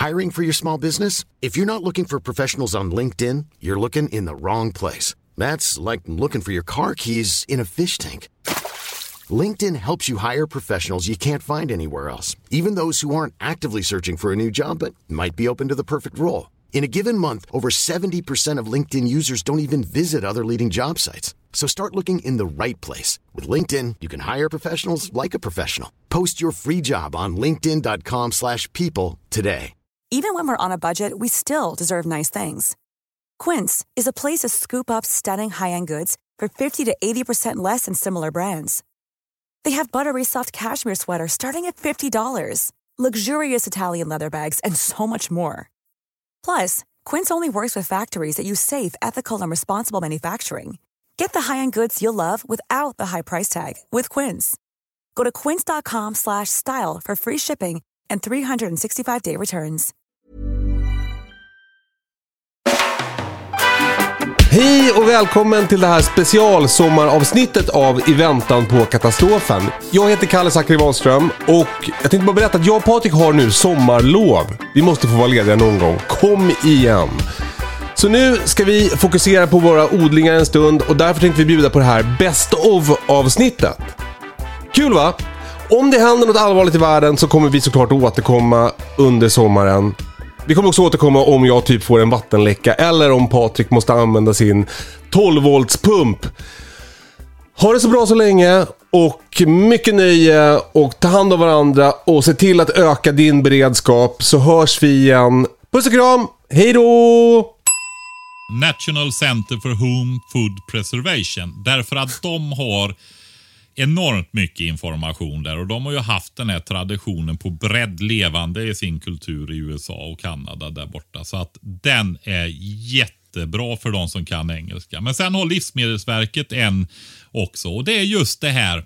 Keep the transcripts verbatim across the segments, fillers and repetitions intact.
Hiring for your small business? If you're not looking for professionals on LinkedIn, you're looking in the wrong place. That's like looking for your car keys in a fish tank. LinkedIn helps you hire professionals you can't find anywhere else, even those who aren't actively searching for a new job but might be open to the perfect role. In a given month, over seventy percent of LinkedIn users don't even visit other leading job sites. So start looking in the right place. With LinkedIn, you can hire professionals like a professional. Post your free job on linkedin dot com slash people today. Even when we're on a budget, we still deserve nice things. Quince is a place to scoop up stunning high-end goods for fifty to eighty percent less than similar brands. They have buttery soft cashmere sweaters starting at fifty dollars, luxurious Italian leather bags, and so much more. Plus, Quince only works with factories that use safe, ethical, and responsible manufacturing. Get the high-end goods you'll love without the high price tag with Quince. Go to quince dot com slash style for free shipping and three sixty-five day returns. Hej och välkommen till det här specialsommaravsnittet av I väntan på katastrofen. Jag heter Kalle Zackari Wahlström och jag tänkte bara berätta att jag och Patrik har nu sommarlov. Vi måste få vara lediga någon gång. Kom igen! Så nu ska vi fokusera på våra odlingar en stund och därför tänkte vi bjuda på det här Best of-avsnittet. Kul va? Om det händer något allvarligt i världen så kommer vi såklart att återkomma under sommaren. Vi kommer också återkomma om jag typ får en vattenläcka eller om Patrik måste använda sin tolv volts pump. Ha det så bra så länge och mycket nöje och ta hand om varandra och se till att öka din beredskap så hörs vi igen. Puss och kram, hej då! National Center for Home Food Preservation. Därför att de har enormt mycket information där och de har ju haft den här traditionen på bredd levande i sin kultur i U S A och Kanada där borta. Så att den är jättebra för de som kan engelska. Men sen har Livsmedelsverket en också och det är just det här.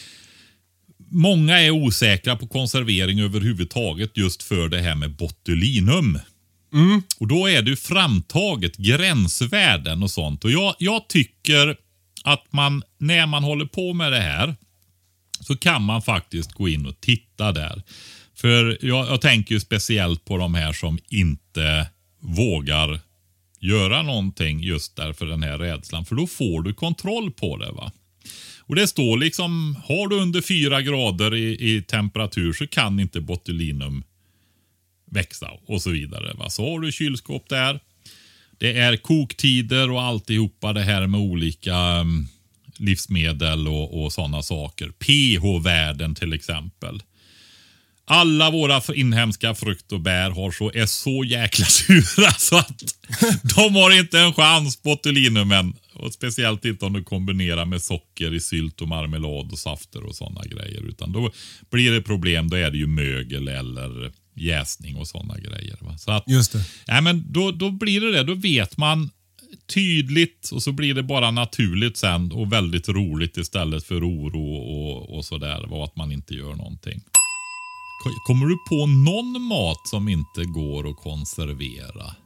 Många är osäkra på konservering överhuvudtaget just för det här med botulinum. Mm. Och då är det ju framtaget gränsvärden och sånt. Och jag, jag tycker att man, när man håller på med det här så kan man faktiskt gå in och titta där. För jag, jag tänker ju speciellt på de här som inte vågar göra någonting just därför den här rädslan. För då får du kontroll på det va. Och det står liksom, har du under fyra grader i, i temperatur så kan inte botulinum växa och så vidare va. Så har du kylskåp där. Det är koktider och alltihopa det här med olika um, livsmedel och, och sådana saker. pH-värden till exempel. Alla våra inhemska frukt och bär har så, är så jäkla sura så att de har inte en chans botulinumen. Och speciellt inte om du kombinerar med socker i sylt och marmelad och safter och sådana grejer. Utan då blir det problem, då är det ju mögel eller jäsning och sådana grejer. Va? Så att, just det. Ja, men då, då blir det det. Då vet man tydligt och så blir det bara naturligt sen och väldigt roligt istället för oro och, och sådär. Och att man inte gör någonting. Kommer du på någon mat som inte går att konservera?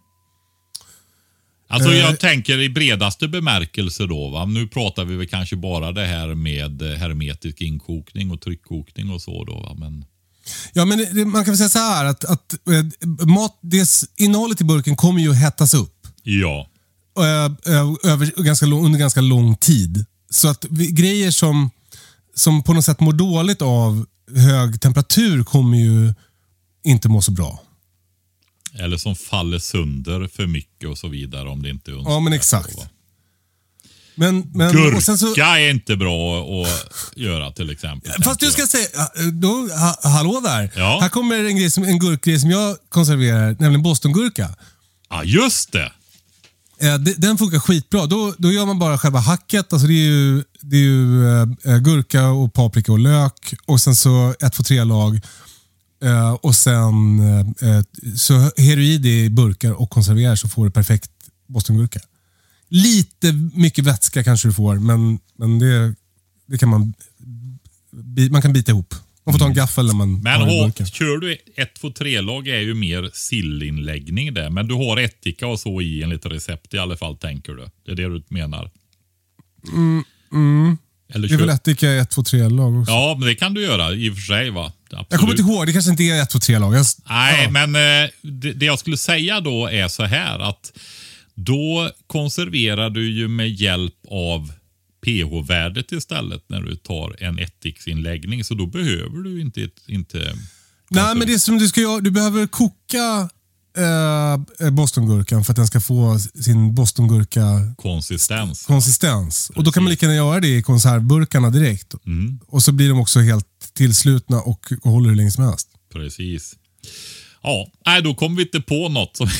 Alltså jag uh, tänker i bredaste bemärkelse då va. Nu pratar vi väl kanske bara det här med hermetisk inkokning och tryckkokning och så då va. Men... Ja, men det, man kan väl säga så här att, att äh, mat, det innehållet i burken kommer ju hettas upp. Ja. Äh, äh, över, ganska lång, under ganska lång tid. Så att vi, grejer som, som på något sätt mår dåligt av hög temperatur kommer ju inte må så bra. Eller som faller sönder för mycket och så vidare om det inte är önskvärt. Ja, men exakt. Då, men, men, Gurka och sen så, är inte bra att göra till exempel. Fast du ska jag. säga, då, ha, hallå där. Ja. Här kommer en, grej som, en gurkgrej som jag konserverar, nämligen bostongurka. Ja, just det. Den funkar skitbra. Då, då gör man bara själva hacket. Alltså det är ju, det är ju äh, gurka och paprika och lök. Och sen så ett, två, tre lag. Äh, och sen äh, så har du i det i burkar och konserverar så får du perfekt bostongurka. Lite mycket vätska kanske du får. Men, men det, det kan man man kan bita ihop. Man får ta en gaffel när man men har ha, kör du ett, två, tre lag är ju mer sillinläggning där. Men du har ättika och så i enligt recept i alla fall tänker du. Det är det du menar. Mm, mm. Eller Det är väl köp... ättika i ett, två, tre lag också. Ja, men det kan du göra i och för sig va. Absolut. Jag kommer inte ihåg, det kanske inte är ett, två, tre lag. Jag... Nej, ja. men eh, det, det jag skulle säga då är så här att då konserverar du ju med hjälp av pH-värdet istället när du tar en ättiksinläggning. Så då behöver du inte... inte Nej, men det är som du ska göra. Du behöver koka eh, bostongurkan för att den ska få sin bostongurka konsistens. konsistens. Och då kan man lika gärna göra det i konservburkarna direkt. Mm. Och så blir de också helt tillslutna och, och håller hur länge som helst. Precis. Ja, nej, då kommer vi inte på något som...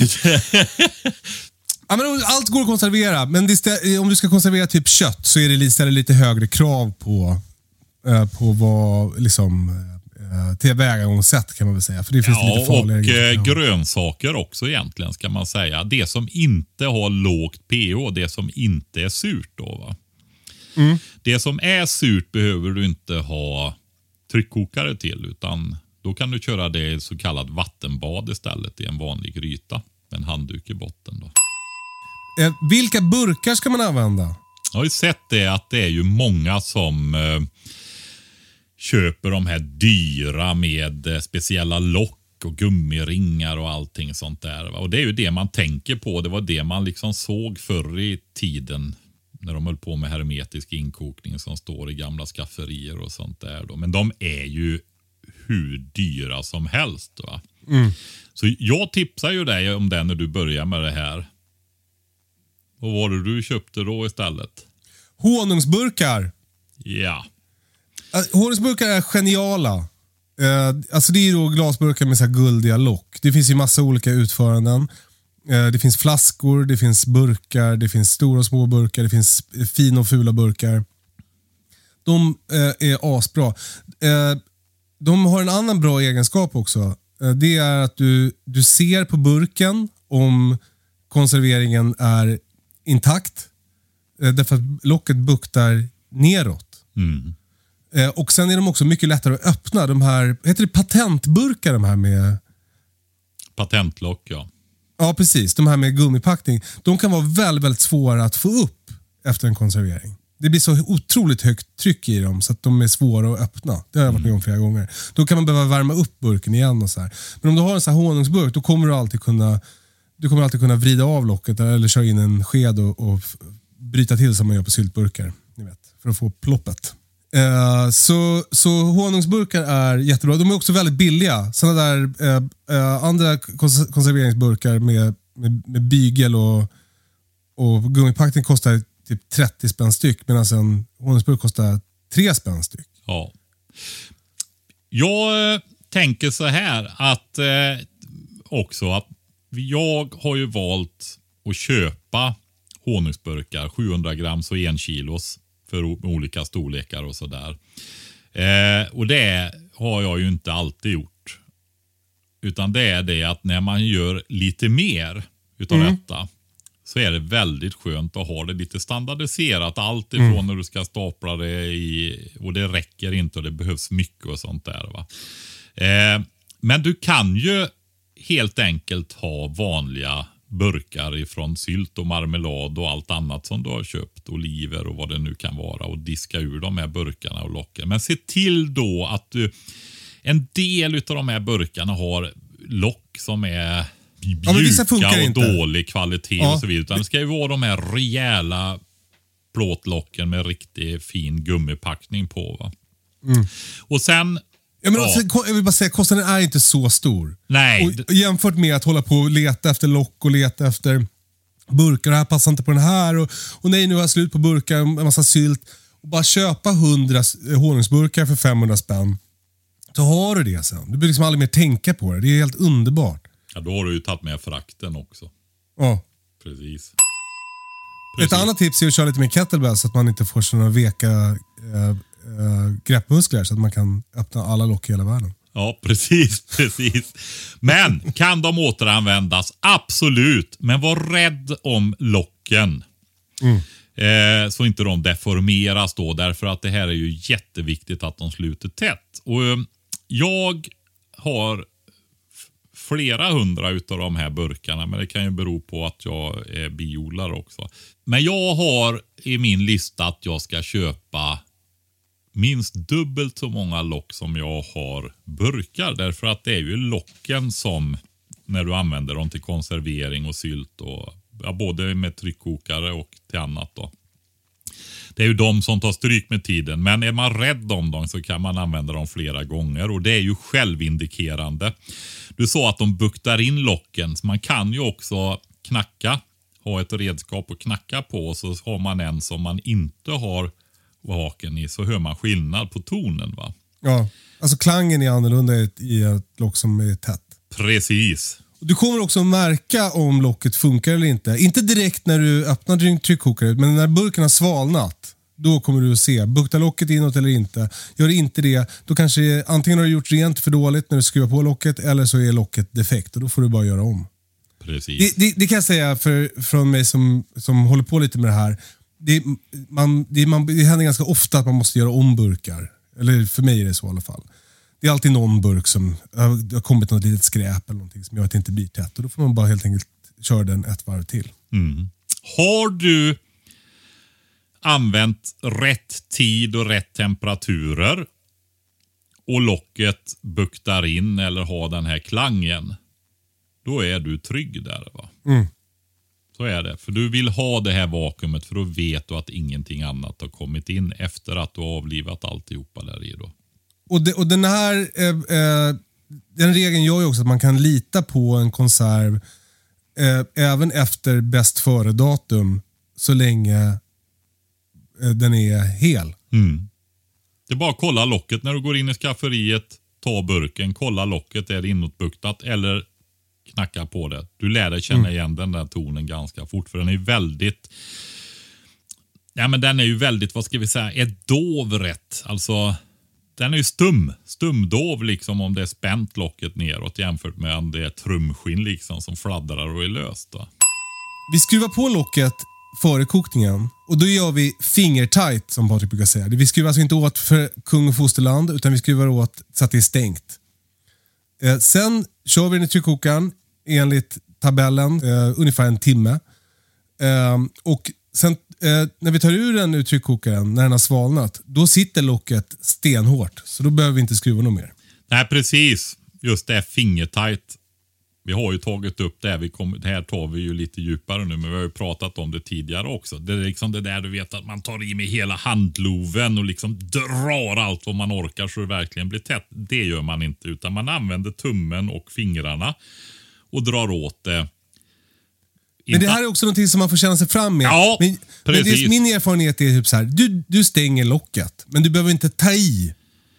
Ja, men allt går att konservera, men det stä- om du ska konservera typ kött så är det lite, lite högre krav på, eh, på vad liksom, eh, tillvägagångssätt kan man väl säga. För det finns ja, lite farligare och grejer. eh, grönsaker också egentligen ska man säga. Det som inte har lågt pH, det som inte är surt då va. Mm. Det som är surt behöver du inte ha tryckkokare till utan då kan du köra det i så kallat vattenbad istället i en vanlig gryta med en handduk i botten då. Eh, vilka burkar ska man använda? Jag har ju sett det att det är ju många som eh, köper de här dyra med eh, speciella lock och gummiringar och allting sånt där. Va? Och det är ju det man tänker på. Det var det man liksom såg förr i tiden när de höll på med hermetisk inkokning som står i gamla skafferier och sånt där. Då. Men de är ju hur dyra som helst. Va? Mm. Så jag tipsar ju dig om det när du börjar med det här. Och vad var det du köpte då istället? Honungsburkar. Ja. Uh, honungsburkar är geniala. Uh, alltså det är då glasburkar med så här guldiga lock. Det finns ju massa olika utföranden. Uh, det finns flaskor, det finns burkar, det finns stora och små burkar, det finns fina och fula burkar. De uh, är asbra. Uh, de har en annan bra egenskap också. Uh, det är att du, du ser på burken om konserveringen är intakt. Eh, därför att locket buktar neråt. Mm. Eh, och sen är de också mycket lättare att öppna. De här, heter det patentburkar de här med? Patentlock, ja. Ja, precis. De här med gummipackning. De kan vara väldigt, väldigt svåra att få upp efter en konservering. Det blir så otroligt högt tryck i dem så att de är svåra att öppna. Det har jag varit med om flera gånger. Då kan man behöva värma upp burken igen och så här. Men om du har en sån här honungsburk då kommer du alltid kunna Du kommer alltid kunna vrida av locket eller köra in en sked och, och bryta till som man gör på syltburkar. Ni vet, för att få ploppet. Eh, så, så honungsburkar är jättebra. De är också väldigt billiga. Sådana där eh, eh, andra kons- konserveringsburkar med, med, med bygel och, och gummipackning kostar typ trettio spänn styck medan en honungsburk kostar tre spänn styck. Ja. Jag eh, tänker så här att eh, också att jag har ju valt att köpa honungsburkar, sjuhundra grams och en kilos för olika storlekar och sådär. Eh, och det har jag ju inte alltid gjort. Utan det är det att när man gör lite mer utav mm. detta så är det väldigt skönt att ha det lite standardiserat. Allt ifrån mm. när du ska stapla det i, och det räcker inte och det behövs mycket och sånt där. Va? Eh, men du kan ju helt enkelt ha vanliga burkar ifrån sylt och marmelad och allt annat som du har köpt, oliver och vad det nu kan vara, och diska ur de här burkarna och locken. Men se till då att du, en del av de här burkarna har lock som är mjuka ja, och inte. Dålig kvalitet ja. Och så vidare. Utan det ska ju vara de här rejäla plåtlocken med riktigt fin gummipackning på. Va? Mm. Och sen Ja, men ja. Jag vill bara säga, kostnaden är inte så stor. Nej. Och jämfört med att hålla på och leta efter lock och leta efter burkar. Det här passar inte på den här. Och, och nej, nu har jag slut på burkar, en massa sylt. Och bara köpa hundra honungsburkar för femhundra spänn. Så har du det sen. Du behöver liksom aldrig mer tänka på det. Det är helt underbart. Ja, då har du ju tagit med frakten också. Ja. Precis. Precis. Ett annat tips är att köra lite med kettlebell så att man inte får sådana veka eh, Uh, greppmuskler så att man kan öppna alla lock i hela världen. Ja, precis, precis. Men kan de återanvändas? Absolut. Men var rädd om locken. Mm. Eh, så inte de deformeras då. Därför att det här är ju jätteviktigt att de sluter tätt. Och eh, jag har f- flera hundra utav de här burkarna. Men det kan ju bero på att jag är biodlare också. Men jag har i min lista att jag ska köpa minst dubbelt så många lock som jag har burkar. Därför att det är ju locken som, när du använder dem till konservering och sylt och ja, både med tryckkokare och till annat då. Det är ju de som tar stryk med tiden. Men är man rädd om dem så kan man använda dem flera gånger. Och det är ju självindikerande. Du sa att de buktar in locken. Så man kan ju också knacka. Ha ett redskap att knacka på. Och så har man en som man inte har vaken i. Så hör man skillnad på tonen, va? Ja, alltså klangen är annorlunda i ett, i ett lock som är tätt. Precis. Du kommer också märka om locket funkar eller inte. Inte direkt när du öppnar din tryckkokare, men när burken har svalnat, då kommer du att se. Buktar locket inåt eller inte. Gör inte det, då kanske antingen har du gjort rent för dåligt när du skruvar på locket, eller så är locket defekt och då får du bara göra om. Precis. Det, det, det kan jag säga för, från mig som, som håller på lite med det här. Det, man, det, man, det händer ganska ofta att man måste göra om burkar. Eller för mig är det så i alla fall. Det är alltid någon burk som det har kommit något litet skräp eller någonting som gör att det inte blir tätt. Och då får man bara helt enkelt köra den ett varv till. Mm. Har du använt rätt tid och rätt temperaturer och locket buktar in eller har den här klangen, då är du trygg där, va? Mm. Så är det. För du vill ha det här vakuumet, för då vet du att ingenting annat har kommit in efter att du har avlivat alltihopa där i då. Och, de, och den här eh, eh, den regeln gör ju också att man kan lita på en konserv eh, även efter bäst före datum så länge eh, den är hel. Mm. Det är bara att kolla locket när du går in i skafferiet, ta burken, kolla locket, är det inåtbuktat eller knacka på det. Du lär dig känna mm. igen den där tonen ganska fort, för den är väldigt ja men den är ju väldigt, vad ska vi säga, är dovrätt. Alltså den är ju stum, stumdov liksom om det är spänt locket neråt jämfört med om det är trumskinn liksom som fladdrar och är löst då. Vi skruvar på locket före kokningen och då gör vi fingertight som Patrik brukar säga. Vi skruvar alltså inte åt för kung och fosterland utan vi skruvar åt så att det är stängt. Eh, sen kör vi den i tryckkokaren enligt tabellen eh, ungefär en timme. Eh, och sen eh, när vi tar ur den ur tryckkokaren när den har svalnat, då sitter locket stenhårt. Så då behöver vi inte skruva något mer. Nej, precis. Just det, fingertight. Vi har ju tagit upp det här. Vi kom, det här tar vi ju lite djupare nu, men vi har ju pratat om det tidigare också. Det är liksom det där du vet att man tar i med hela handloven och liksom drar allt vad man orkar så det verkligen blir tätt. Det gör man inte, utan man använder tummen och fingrarna och drar åt det. Men det här är också någonting som man får känna sig fram med. Ja, men, men det, min erfarenhet är typ så här. Du, du stänger locket, men du behöver inte ta i.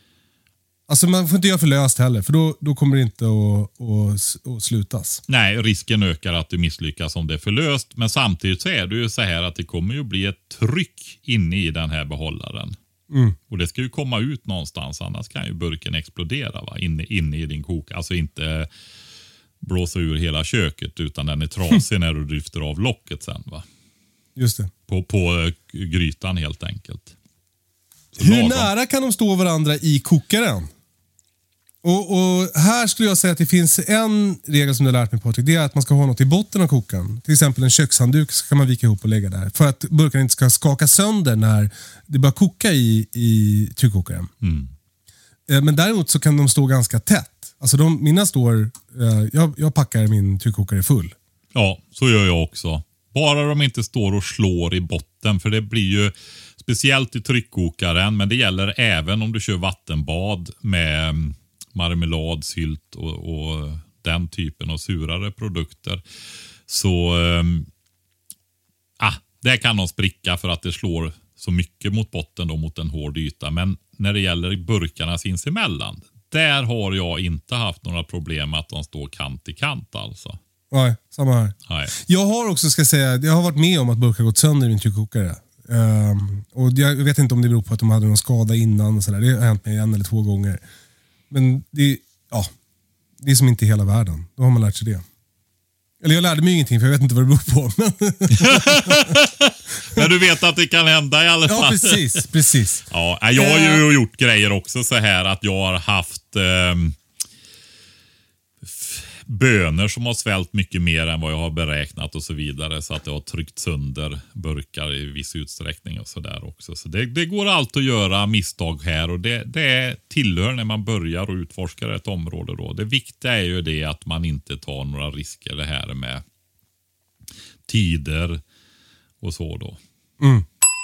Alltså man får inte göra för löst heller, för då, då kommer det inte att, att, att slutas. Nej, risken ökar att du misslyckas om det är för löst. Men samtidigt så är det ju så här att det kommer ju bli ett tryck inne i den här behållaren. Mm. Och det ska ju komma ut någonstans, annars kan ju burken explodera, va? Inne, inne i din kok. Alltså inte blåsa ur hela köket, utan den är trasig när du lyfter av locket sen, va? Just det. På, på grytan helt enkelt. Så hur lagom. Nära kan de stå varandra i kokaren? Och, och här skulle jag säga att det finns en regel som du har lärt mig, Patrik. Det är att man ska ha något i botten av kokaren. Till exempel en kökshandduk så kan man vika ihop och lägga där. För att burken inte ska skaka sönder när det börjar koka i, i tryckkokaren. Mm. Men däremot så kan de stå ganska tätt. Alltså de, mina står, jag, jag packar min tryckkokare full. Ja, så gör jag också. Bara de inte står och slår i botten, för det blir ju speciellt i tryckkokaren, men det gäller även om du kör vattenbad med marmelad, sylt och, och den typen av surare produkter. Så ähm, ah, det kan de spricka för att det slår så mycket mot botten då, mot en hård yta. Men när det gäller burkarna sinsemellan, där har jag inte haft några problem med att de står kant i kant alltså. Nej, samma här. Nej. Jag har också, ska säga, jag har varit med om att burkar gått sönder i min tryckkokare. Um, och jag vet inte om det beror på att de hade någon skada innan och sådär. Det har hänt mig en eller två gånger. Men det, ja, det är som inte hela världen. Då har man lärt sig det. Eller jag lärde mig ingenting för jag vet inte vad det beror på. Men, men du vet att det kan hända i alla fall. Ja, precis. precis. Ja, jag har ju gjort grejer också så här att jag har haft... Eh, bönor som har svällt mycket mer än vad jag har beräknat och så vidare. Så att det har tryckt sönder burkar i viss utsträckning och så där också. Så det, det går alltid att göra misstag här och det, det tillhör när man börjar och utforskar ett område då. Det viktiga är ju det att man inte tar några risker det här med tider och så då. Mm.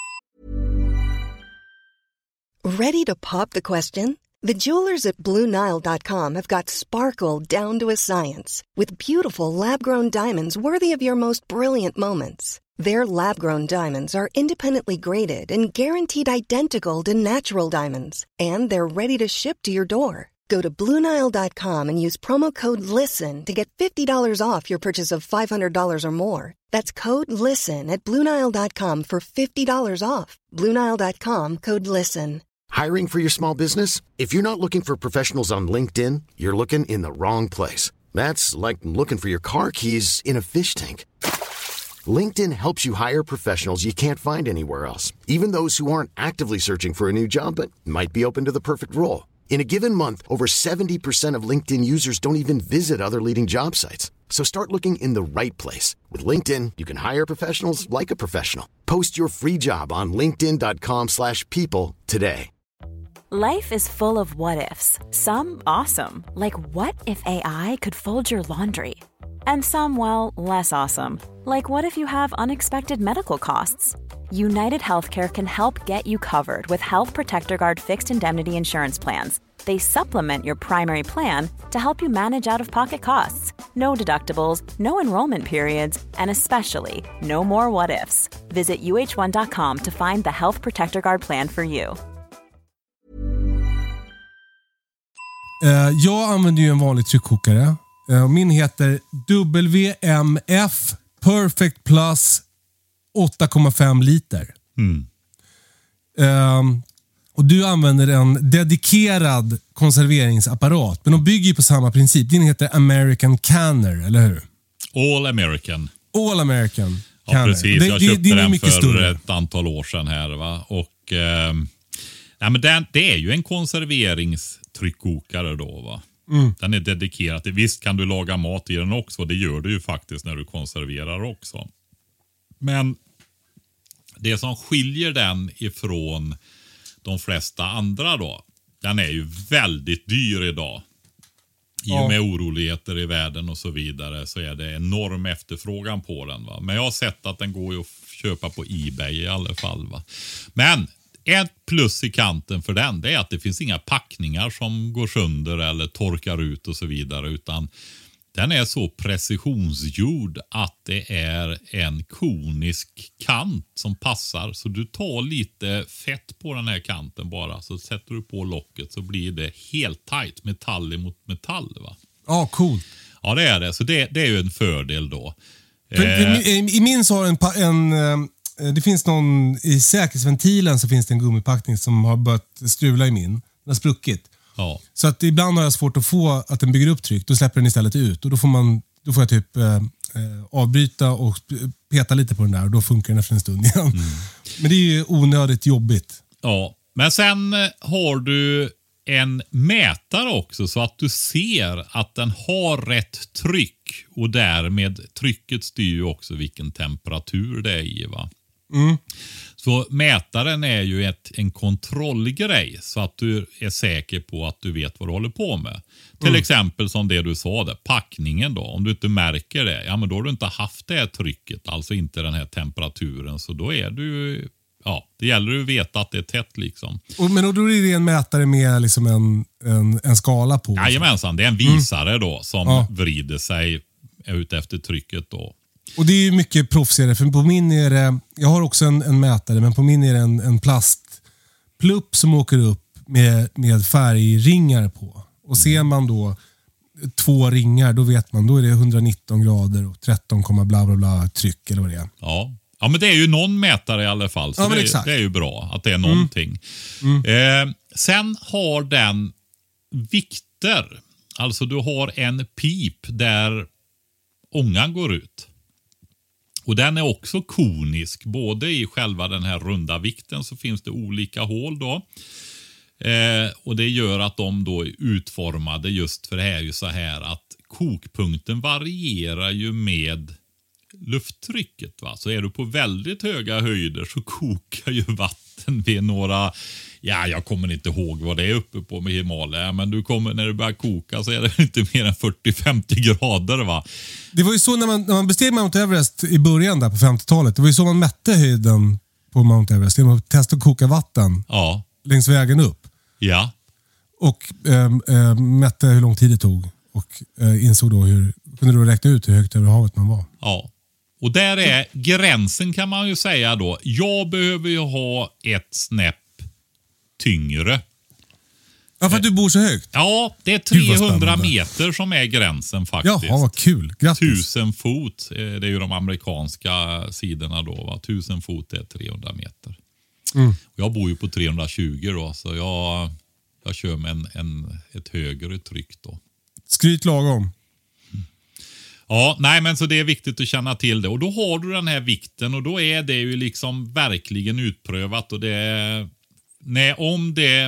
Ready to pop the question? The jewelers at Blue Nile dot com have got sparkle down to a science with beautiful lab-grown diamonds worthy of your most brilliant moments. Their lab-grown diamonds are independently graded and guaranteed identical to natural diamonds, and they're ready to ship to your door. Go to Blue Nile dot com and use promo code LISTEN to get fifty dollars off your purchase of five hundred dollars or more. That's code LISTEN at Blue Nile dot com for fifty dollars off. Blue Nile dot com, code LISTEN. Hiring for your small business? If you're not looking for professionals on LinkedIn, you're looking in the wrong place. That's like looking for your car keys in a fish tank. LinkedIn helps you hire professionals you can't find anywhere else, even those who aren't actively searching for a new job but might be open to the perfect role. In a given month, over seventy percent of LinkedIn users don't even visit other leading job sites. So start looking in the right place. With LinkedIn, you can hire professionals like a professional. Post your free job on linkedin dot com slash people today. Life is full of what-ifs. Some awesome, like what if A I could fold your laundry? And some, well, less awesome, like what if you have unexpected medical costs? United Healthcare can help get you covered with Health Protector Guard fixed indemnity insurance plans. They supplement your primary plan to help you manage out-of-pocket costs. No deductibles, no enrollment periods, and especially no more what-ifs. Visit U H one dot com to find the Health Protector Guard plan for you. Uh, jag använder ju en vanlig tryckkokare. Uh, min heter W M F Perfect Plus åtta komma fem liter. Mm. Uh, och du använder en dedikerad konserveringsapparat. Men de bygger ju på samma princip. Din heter American Canner, eller hur? All American. All American Ja, Canner. precis. Det, jag det, köpte det är den mycket för större. ett antal år sedan här. Va? Och, eh, nej, men den, det är ju en konserveringstryckkokare då. Va? Mm. Den är dedikerad. Visst kan du laga mat i den också. Det gör du ju faktiskt när du konserverar också. Men det som skiljer den ifrån de flesta andra då, den är ju väldigt dyr idag. I och med oroligheter i världen och så vidare så är det enorm efterfrågan på den. Va? Men jag har sett att den går ju att köpa på eBay i alla fall. Va? Men ett plus i kanten för den, det är att det finns inga packningar som går sönder eller torkar ut och så vidare, utan den är så precisionsgjord att det är en konisk kant som passar. Så du tar lite fett på den här kanten bara, så sätter du på locket så blir det helt tight, metall emot metall. Va? Ja, coolt. Ja, det är det. Så det, det är ju en fördel då. För, eh. för, I min så har en, en, en det finns någon, i säkerhetsventilen så finns det en gummipackning som har börjat strula i min. Den har spruckit. Ja. Så att ibland har jag svårt att få att den bygger upp tryck. Då släpper den istället ut. Och då får, man, då får jag typ eh, avbryta och peta lite på den där. Och då funkar den efter en stund igen. Mm. Men det är ju onödigt jobbigt. Ja, men sen har du en mätare också så att du ser att den har rätt tryck. Och därmed trycket styr ju också vilken temperatur det är i, va? Mm. Så mätaren är ju ett, en kontrollgrej så att du är säker på att du vet vad du håller på med. Till mm. exempel som det du sa där, packningen då. Om du inte märker det, ja men då har du inte haft det här trycket, alltså inte den här temperaturen. Så då är du, ja, det gäller ju att veta att det är tätt liksom. Och, men då är det en mätare med liksom en, en, en skala på? Jajamensan, det är en visare mm. då som ja. vrider sig ut efter trycket då. Och det är ju mycket proffsigare, för på min är det, jag har också en, en mätare, men på min är det en, en plastplupp som åker upp med, med färgringar på. Och ser man då två ringar, då vet man, då är det etthundranitton grader och tretton, bla bla bla tryck eller vad det är. Ja. Ja, men det är ju någon mätare i alla fall, så ja, det, är, det är ju bra att det är någonting. Mm. Mm. Eh, sen har den vikter, alltså du har en pip där ångan går ut. Och den är också konisk. Både i själva den här runda vikten så finns det olika hål då. Eh, och det gör att de då är utformade just för det här är ju så här att kokpunkten varierar ju med lufttrycket. Va? Så är du på väldigt höga höjder så kokar ju vatten vid några, ja jag kommer inte ihåg vad det är uppe på med Himalaya, men du kommer, när det börjar koka så är det inte mer än fyrtio till femtio grader va. Det var ju så när man, när man besteg Mount Everest i början där på femtiotalet, det var ju så man mätte höjden på Mount Everest. Man testade att koka vatten ja. längs vägen upp. Ja. Och äh, äh, mätte hur lång tid det tog och äh, insåg då hur, kunde då räkna ut hur högt över havet man var. Ja. Och där är gränsen kan man ju säga då. Jag behöver ju ha ett snäpp tyngre. Ja, för att du bor så högt? Ja, det är trehundra meter som är gränsen faktiskt. Jaha, vad kul. Grattis. Tusen fot, det är ju de amerikanska sidorna då. Va? Tusen fot är trehundra meter. Mm. Jag bor ju på trehundratjugo då, så jag, jag kör med en, en, ett högre tryck då. Skryt lagom. Ja, nej men så det är viktigt att känna till det. Och då har du den här vikten och då är det ju liksom verkligen utprövat. Och det är, nej om det,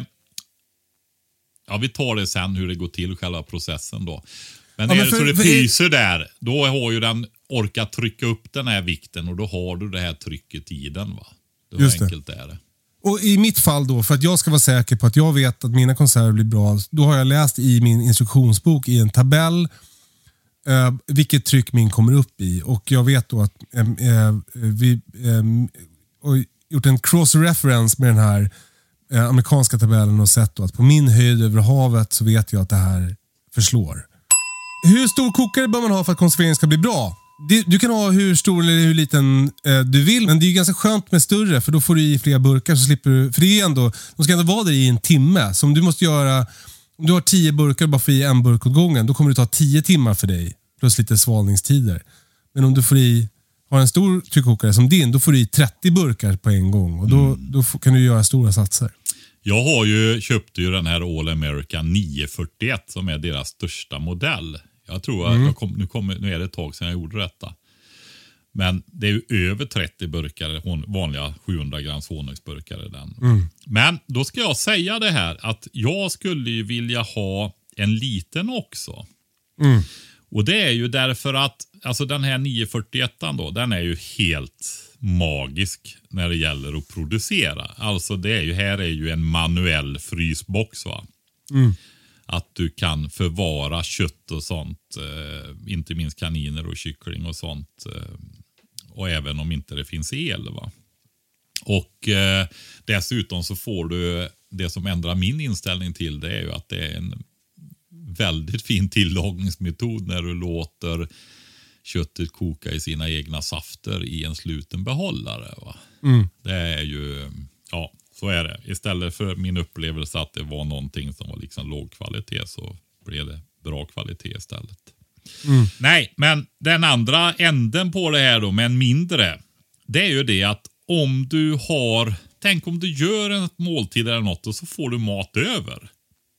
ja vi tar det sen hur det går till själva processen då. Men, ja, men är det för, så det pyser där, då har ju den orkat trycka upp den här vikten och då har du det här trycket i den va. Det Just enkelt det. är det. Och i mitt fall då, för att jag ska vara säker på att jag vet att mina konserver blir bra, då har jag läst i min instruktionsbok i en tabell Uh, vilket tryck min kommer upp i. Och jag vet då att uh, uh, vi um, har gjort en cross-reference med den här uh, amerikanska tabellen och sett då att på min höjd över havet så vet jag att det här förslår. Hur stor kokare bör man ha för att konserveringen ska bli bra? Du, du kan ha hur stor eller hur liten uh, du vill, men det är ju ganska skönt med större för då får du i fler burkar så slipper du, för det är ändå, de ska ändå vara där i en timme. Så om du måste göra, om du har tio burkar och bara får i en burk åt gången, då kommer det ta tio timmar för dig. Plus lite svalningstider. Men om du får i, har en stor tryckkokare som din, då får du i trettio burkar på en gång. Och då, mm. då kan du göra stora satser. Jag har ju köpt ju den här All American nio fyrtioett som är deras största modell. Jag tror att mm. jag kom, nu, kom, nu är det ett tag sedan jag gjorde detta. Men det är ju över trettio burkar, vanliga sjuhundra grams honungsburkar i den. Mm. Men då ska jag säga det här att jag skulle ju vilja ha en liten också. Mm. Och det är ju därför att alltså den här nio fyrtioett då, den är ju helt magisk när det gäller att producera. Alltså det är ju, här är ju en manuell frysbox va. Mm. Att du kan förvara kött och sånt, eh, inte minst kaniner och kyckling och sånt. Eh, och även om inte det finns el va. Och eh, dessutom så får du, det som ändrar min inställning till det är ju att det är en väldigt fin tillagningsmetod när du låter köttet koka i sina egna safter i en sluten behållare. Va? Mm. Det är ju, ja så är det. Istället för min upplevelse att det var någonting som var liksom låg kvalitet så blev det bra kvalitet istället. Mm. Nej, men den andra änden på det här då med en mindre, det är ju det att om du har, tänk om du gör en måltid eller något och så får du mat över.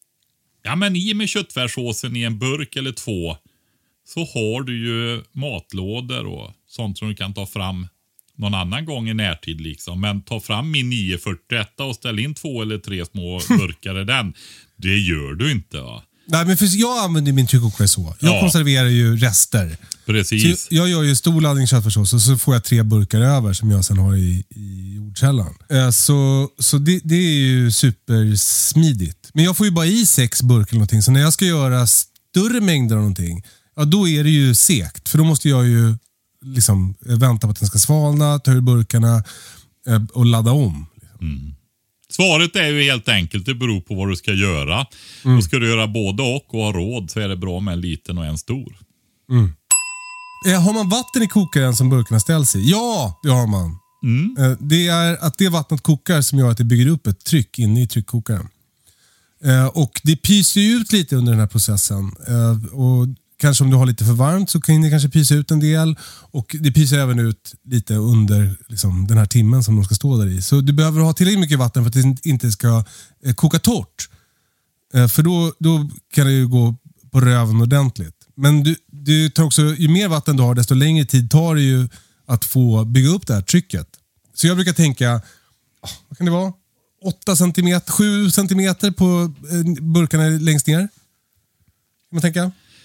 Ja men i med köttfärssåsen i en burk eller två så har du ju matlådor och sånt som du kan ta fram någon annan gång i närtid liksom. Men ta fram min nio fyrtioett och ställ in två eller tre små burkar i den. Det gör du inte va? Nej men för jag använder min tryckkokare så. Jag ja. konserverar ju rester. Precis. Så jag gör ju stor laddning köttfärssås och så får jag tre burkar över som jag sen har i, i jordkällan. Så, så det, det är ju supersmidigt. Men jag får ju bara i sex burkar eller någonting. Så när jag ska göra större mängder av någonting, ja då är det ju segt. För då måste jag ju liksom vänta på att den ska svalna, ta ur burkarna och ladda om. Mm. Svaret är ju helt enkelt, det beror på vad du ska göra. Mm. Och ska du göra både och och ha råd så är det bra med en liten och en stor. Mm. Eh, har man vatten i kokaren som burkarna ställs i? Ja, det har man. Mm. Eh, det är att det vattnet kokar som gör att det bygger upp ett tryck inne i tryckkokaren. Eh, och det pyser ut lite under den här processen. Eh, och kanske om du har lite för varmt så kan det kanske pysa ut en del. Och det pyser även ut lite under liksom, den här timmen som de ska stå där i. Så du behöver ha tillräckligt mycket vatten för att det inte ska eh, koka torrt. Eh, för då, då kan det ju gå på röven ordentligt. Men du, du tar också, ju mer vatten du har desto längre tid tar det ju att få bygga upp det här trycket. Så jag brukar tänka, vad kan det vara? åtta centimeter, sju centimeter på eh, burkarna längst ner. Kan man tänka?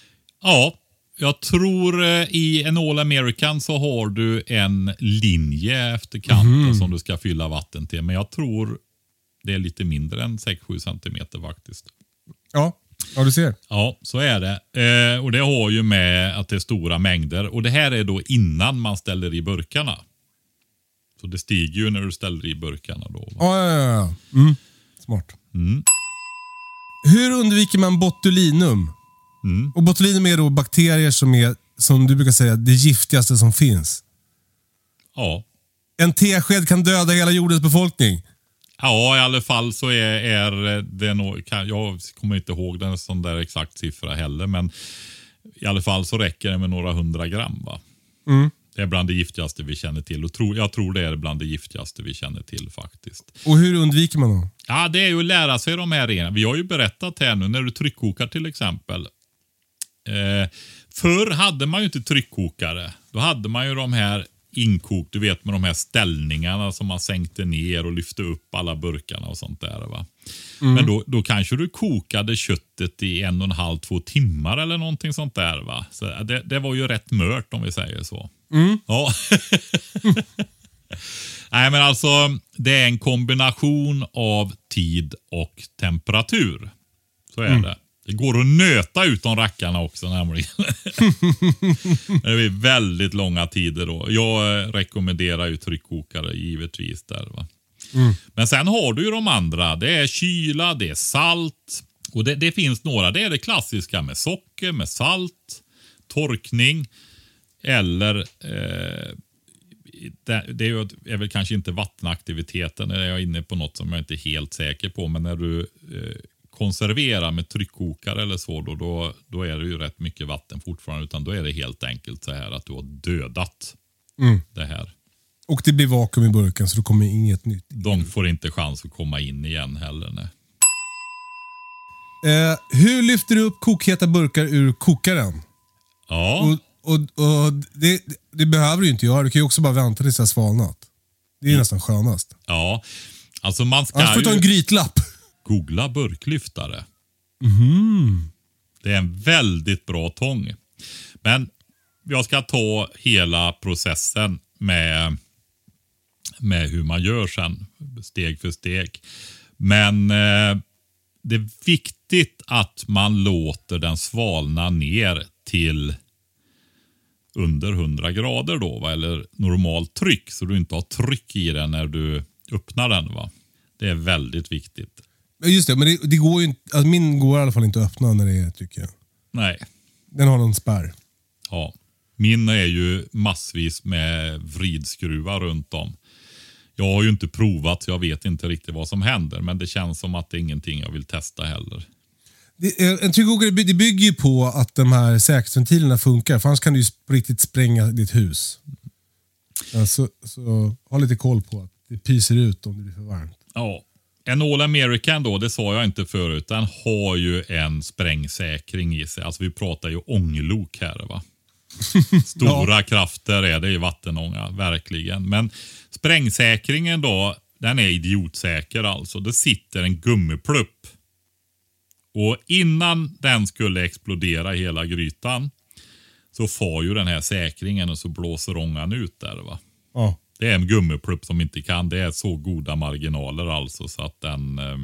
Ja, jag tror eh, i en All American så har du en linje efter kanten mm. som du ska fylla vatten till. Men jag tror det är lite mindre än sex till sju centimeter faktiskt. Ja, ja du ser. Ja, så är det. Eh, och det har ju med att det är stora mängder. Och det här är då innan man ställer i burkarna. Så det stiger ju när du ställer i burkarna då. Va? Ja, ja, ja. Mm. Smart. Mm. Hur undviker man botulinum? Mm. Och botulinum är då bakterier som är, som du brukar säga, det giftigaste som finns. Ja. En tesked kan döda hela jordens befolkning. Ja, i alla fall så är, är det nog, jag kommer inte ihåg den sån där exakt siffra heller, men i alla fall så räcker det med några hundra gram va. Mm. Det är bland det giftigaste vi känner till och tro, jag tror det är bland det giftigaste vi känner till faktiskt. Och hur undviker man då? Ja, det är ju att lära sig de här reglerna. Vi har ju berättat här nu när du tryckkokar till exempel. Eh, förr hade man ju inte tryckkokare. Då hade man ju de här inkok, du vet med de här ställningarna som man sänkte ner och lyfte upp alla burkarna och sånt där va. Mm. Men då, då kanske du kokade köttet i en och en halv, två timmar eller någonting sånt där va. Så det, det var ju rätt mört om vi säger så. Mm. Ja. Nej men alltså det är en kombination av tid och temperatur. Så är mm. det. Det går att nöta ut de rackarna också nämligen. Det är väldigt långa tider då. Jag rekommenderar ju tryckkokare givetvis där va. Mm. Men sen har du ju de andra. Det är kyla, det är salt. Och det, det finns några. Det är det klassiska med socker, med salt, torkning. Eller eh, det, det är, är väl kanske inte vattenaktiviteten. Är jag inne på något som jag inte är helt säker på. Men när du eh, konserverar med tryckkokare eller så. Då, då, då är det ju rätt mycket vatten fortfarande. Utan då är det helt enkelt så här att du har dödat mm. det här. Och det blir vakuum i burken så då kommer inget nytt. De får inte chans att komma in igen heller. Nej. Eh, hur lyfter du upp kokheta burkar ur kokaren? Ja. Och, och, och det, det behöver du inte göra. Du kan ju också bara vänta tills det har svalnat. Det är mm. nästan skönast. Ja. Alltså man ska Annars får du ta en grytlapp. Googla burklyftare. Mm. Det är en väldigt bra tång. Men jag ska ta hela processen med, med hur man gör sen. Steg för steg. Men eh, det är viktigt att man låter den svalna ner till under hundra grader då va? Eller normalt tryck så du inte har tryck i den när du öppnar den va. Det är väldigt viktigt. Just det, men det, det går ju inte, alltså min går i alla fall inte att öppna när det är tycker jag. Nej. Den har någon spärr. Ja. Min är ju massvis med vridskruvar runt om. Jag har ju inte provat så jag vet inte riktigt vad som händer. Men det känns som att det är ingenting jag vill testa heller. Det, en tryckkokare det bygger ju på att de här säkerhetsventilerna funkar. För annars kan du ju riktigt spränga ditt hus. Ja, så, så ha lite koll på att det pyser ut om det blir för varmt. Ja. En All American då, det sa jag inte förut. Den har ju en sprängsäkring i sig. Alltså vi pratar ju ånglok här va. Stora ja. krafter är det i vattenånga, verkligen. Men sprängsäkringen då, den är idiotsäker alltså. Det sitter en gummiplupp. Och innan den skulle explodera hela grytan så får ju den här säkringen och så blåser ångan ut där va. Ja. Det är en gummiplupp som inte kan. Det är så goda marginaler alltså så att den eh,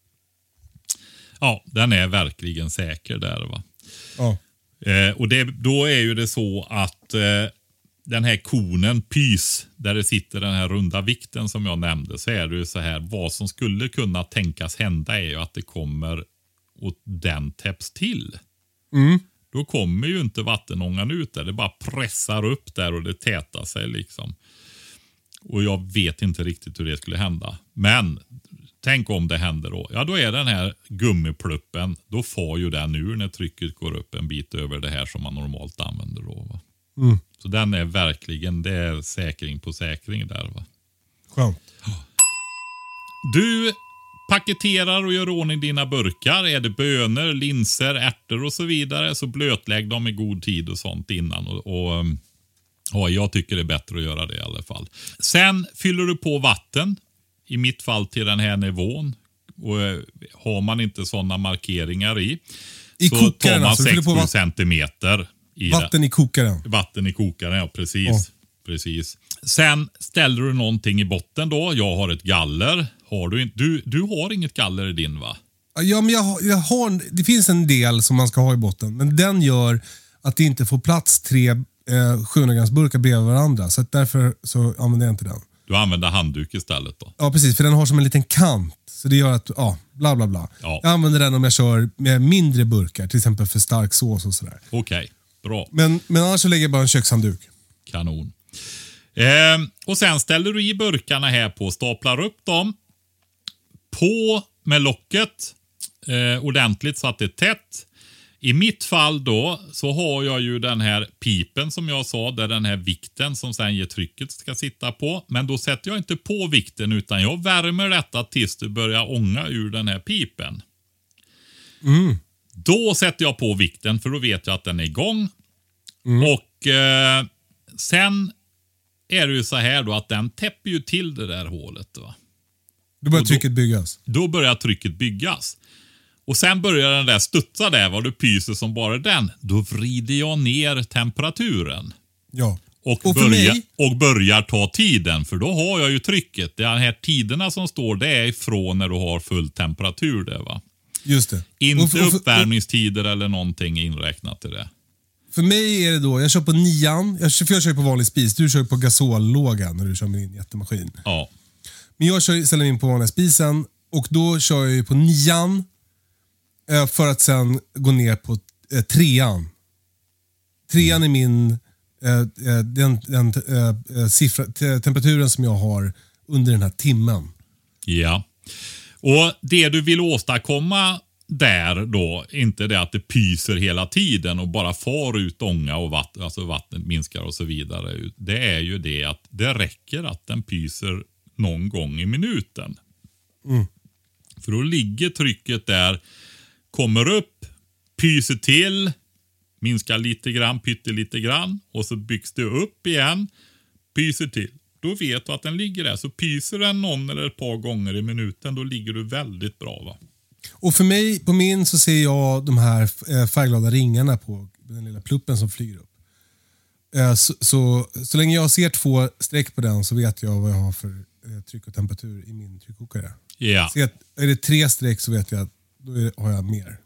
ja, den är verkligen säker där va. Ja. Eh, och det, då är ju det så att eh, den här konen pys där det sitter den här runda vikten som jag nämnde så är det ju så här vad som skulle kunna tänkas hända är ju att det kommer och den täpps till. Mm. Då kommer ju inte vattenångan ut där. Det bara pressar upp där och det tätar sig liksom. Och jag vet inte riktigt hur det skulle hända. Men tänk om det händer då. Ja, då är den här gummipluppen. Då får ju den ur när trycket går upp en bit över det här som man normalt använder då. Va? Mm. Så den är verkligen, det är säkring på säkring där va. Skönt. Du paketerar och gör ordning dina burkar. Är det bönor, linser, ärtor och så vidare så blötlägg dem i god tid och sånt innan. Och, och ja, jag tycker det är bättre att göra det i alla fall. Sen fyller du på vatten. I mitt fall till den här nivån. Och har man inte sådana markeringar i I så kokaren, tar man alltså, du fyller sex på sju vatten- centimeter i Vatten i kokaren. det. Vatten i kokaren, ja precis. Ja. precis. Sen ställer du någonting i botten då. Jag har ett galler. Har du, inte, du, du har inget galler i din va? Ja, men jag, har- jag har, det finns en del som man ska ha i botten, men den gör att det inte får plats tre eh, sjuhundra grams burkar bredvid varandra. Så att därför så använder jag inte den. Du använder handduk istället då? Ja, precis. För den har som en liten kant. Så det gör att, ja, bla bla bla. Ja. Jag använder den om jag kör med mindre burkar, till exempel för stark sås och sådär. Okej, bra. Men, men annars så lägger jag bara en kökshandduk. Kanon. Ehm, och sen ställer du i burkarna här på, staplar upp dem. På med locket eh, ordentligt så att det är tätt. I mitt fall då så har jag ju den här pipen som jag sa, där den här vikten som sen ger trycket ska sitta på. Men då sätter jag inte på vikten utan jag värmer detta tills det börjar ånga ur den här pipen. Mm. Då sätter jag på vikten för då vet jag att den är igång. Mm. Och eh, sen är det ju så här då att den täpper ju till det där hålet va. Då börjar Och då- trycket byggas. Då börjar trycket byggas. Och sen börjar den där studsa där vad du pyser som bara den. Då vrider jag ner temperaturen. Ja. Och, Och för börjar, mig- och börjar ta tiden. För då har jag ju trycket. De här tiderna som står det är ifrån när du har full temperatur där va. Just det. Inte Och för, och för, uppvärmningstider eller någonting inräknat i det. för mig är det då, jag kör på nian, jag, kör- för jag kör ju på vanlig spis, du kör ju på gasollåga när du kör med din jättemaskin. Ja. Men jag kör, ställer in på vanliga spisen och då kör jag ju på nian eh, för att sen gå ner på eh, trean. Trean är min eh, eh, den, den eh, eh, siffra, te, temperaturen som jag har under den här timmen. Ja. Och det du vill åstadkomma där då, inte det att det pyser hela tiden och bara far ut ånga och vatten, alltså vattnet minskar och så vidare. Det är ju det att det räcker att den pyser någon gång i minuten. Mm. För då ligger trycket där, kommer upp, pyser till, minskar lite grann, pyttelite grann och så byggs det upp igen, pyser till. Då vet du att den ligger där. Så pyser den någon eller ett par gånger i minuten, då ligger du väldigt bra va. Och för mig, på min så ser jag de här eh, färgglada ringarna på den lilla pluppen som flyger upp. Eh, så, så, så länge jag ser två streck på den så vet jag vad jag har för eh, tryck och temperatur i min tryckkokare. Ja. Så att, är det tre streck så vet jag att då är, har jag mer.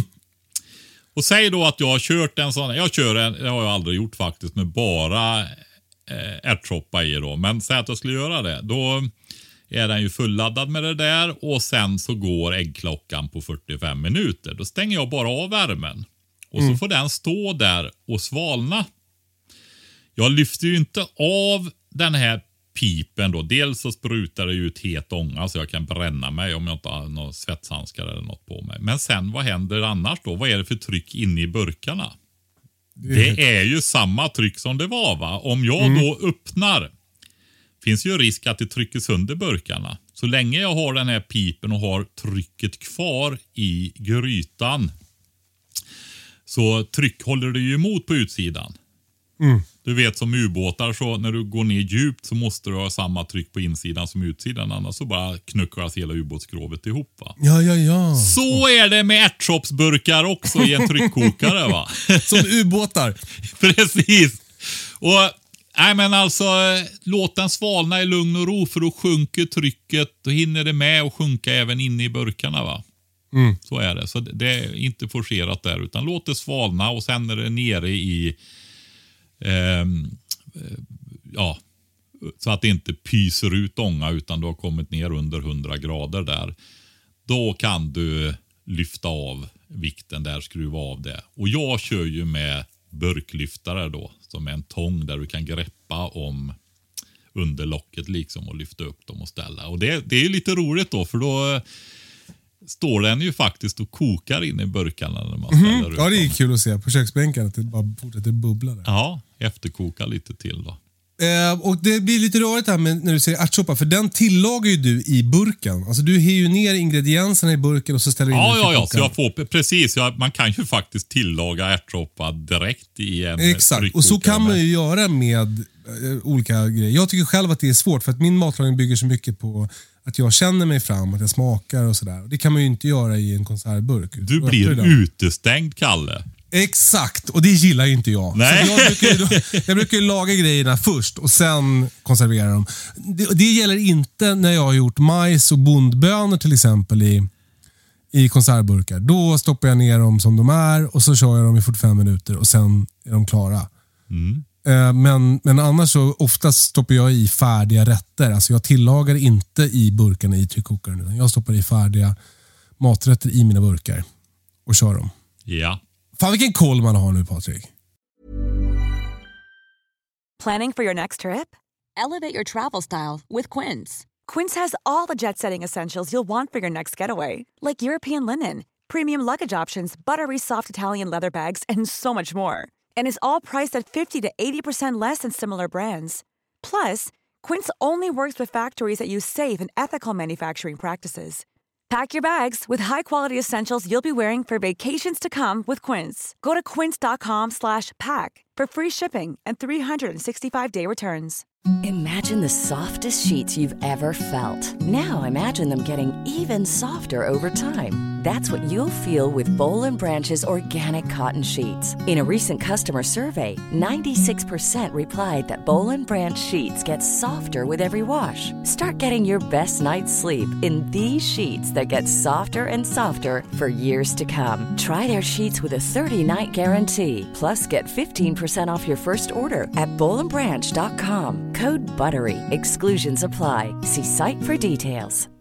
Och säg då att jag har kört en sån, jag kör en, det har jag aldrig gjort faktiskt, med bara eh, ärtsoppa i då. Men säg att jag skulle göra det, då är den ju fulladdad med det där och sen så går äggklockan på fyrtiofem minuter. Då stänger jag bara av värmen och så får den stå där och svalna. Jag lyfter ju inte av den här pipen då. Dels så sprutar det ut het ånga så jag kan bränna mig om jag inte har några svetshandskar eller något på mig. Men sen vad händer annars då? Vad är det för tryck inne i burkarna? Det är ju samma tryck som det var va? Om jag då öppnar finns ju risk att det trycker sönder burkarna. Så länge jag har den här pipen och har trycket kvar i grytan så tryck håller det ju emot på utsidan. Mm. Du vet som ubåtar så när du går ner djupt så måste du ha samma tryck på insidan som utsidan. Annars så bara knuckras hela ubåtsskrovet ihop va. Ja, ja, ja. Så är det med ärtsoppsburkar också i en tryckkokare va. Som ubåtar. Precis. Och nej men alltså låt den svalna i lugn och ro för då sjunker trycket. Då hinner det med och sjunka även inne i burkarna va. Mm. Så är det. Så det är inte forcerat där utan låt det svalna och sen är det nere i ehm, ja så att det inte pyser ut ånga utan du har kommit ner under hundra grader där. Då kan du lyfta av vikten där, skruva av det. Och jag kör ju med burklyftare då som är en tång där du kan greppa om underlocket liksom och lyfta upp dem och ställa. Och det, det är ju lite roligt då för då står den ju faktiskt och kokar in i burkarna när man ställer Mm. upp Ja, det är dem. kul att se på köksbänken att det bara fortsätter bubbla där. Ja, efterkoka lite till då. Eh, och det blir lite rörigt här med, när du säger ärtsoppa, för den tillagar ju du i burken. Alltså du har ju ner ingredienserna i burken och så ställer du in Ja, den i ja, ja. Så kokan. jag får, precis. Jag, man kan ju faktiskt tillaga ärtsoppa direkt i en Exakt, och så kan man ju göra med eh, olika grejer. Jag tycker själv att det är svårt, för att min matlagning bygger så mycket på att jag känner mig fram, att jag smakar och sådär. Det kan man ju inte göra i en konservburk. Du blir utestängd, Kalle. Exakt, och det gillar ju inte jag. Nej. Så jag, brukar ju, jag brukar ju laga grejerna först och sen konservera dem. Det, det gäller inte när jag har gjort majs och bondbönor till exempel i, i konservburkar. Då stoppar jag ner dem som de är och så kör jag dem i fyrtiofem minuter och sen är de klara. Mm. Men, men annars så oftast stoppar jag i färdiga rätter. Alltså jag tillagar inte i burkarna i tryckkokaren, utan jag stoppar i färdiga maträtter i mina burkar och kör dem. Ja. Fan vilken koll man har nu, Patrik. Planning for your next trip? Elevate your travel style with Quince. Quince has all the jet-setting essentials you'll want for your next getaway, like European linen, premium luggage options, buttery soft Italian leather bags, and so much more. And is all priced at fifty to eighty percent less than similar brands. Plus, Quince only works with factories that use safe and ethical manufacturing practices. Pack your bags with high-quality essentials you'll be wearing for vacations to come with Quince. Go to quince.com slash pack for free shipping and three sixty-five day returns. Imagine the softest sheets you've ever felt. Now imagine them getting even softer over time. That's what you'll feel with Boll and Branch's organic cotton sheets. In a recent customer survey, ninety-six percent replied that Boll and Branch sheets get softer with every wash. Start getting your best night's sleep in these sheets that get softer and softer for years to come. Try their sheets with a thirty-night guarantee. Plus, get fifteen percent off your first order at boll and branch dot com. Code BUTTERY. Exclusions apply. See site for details.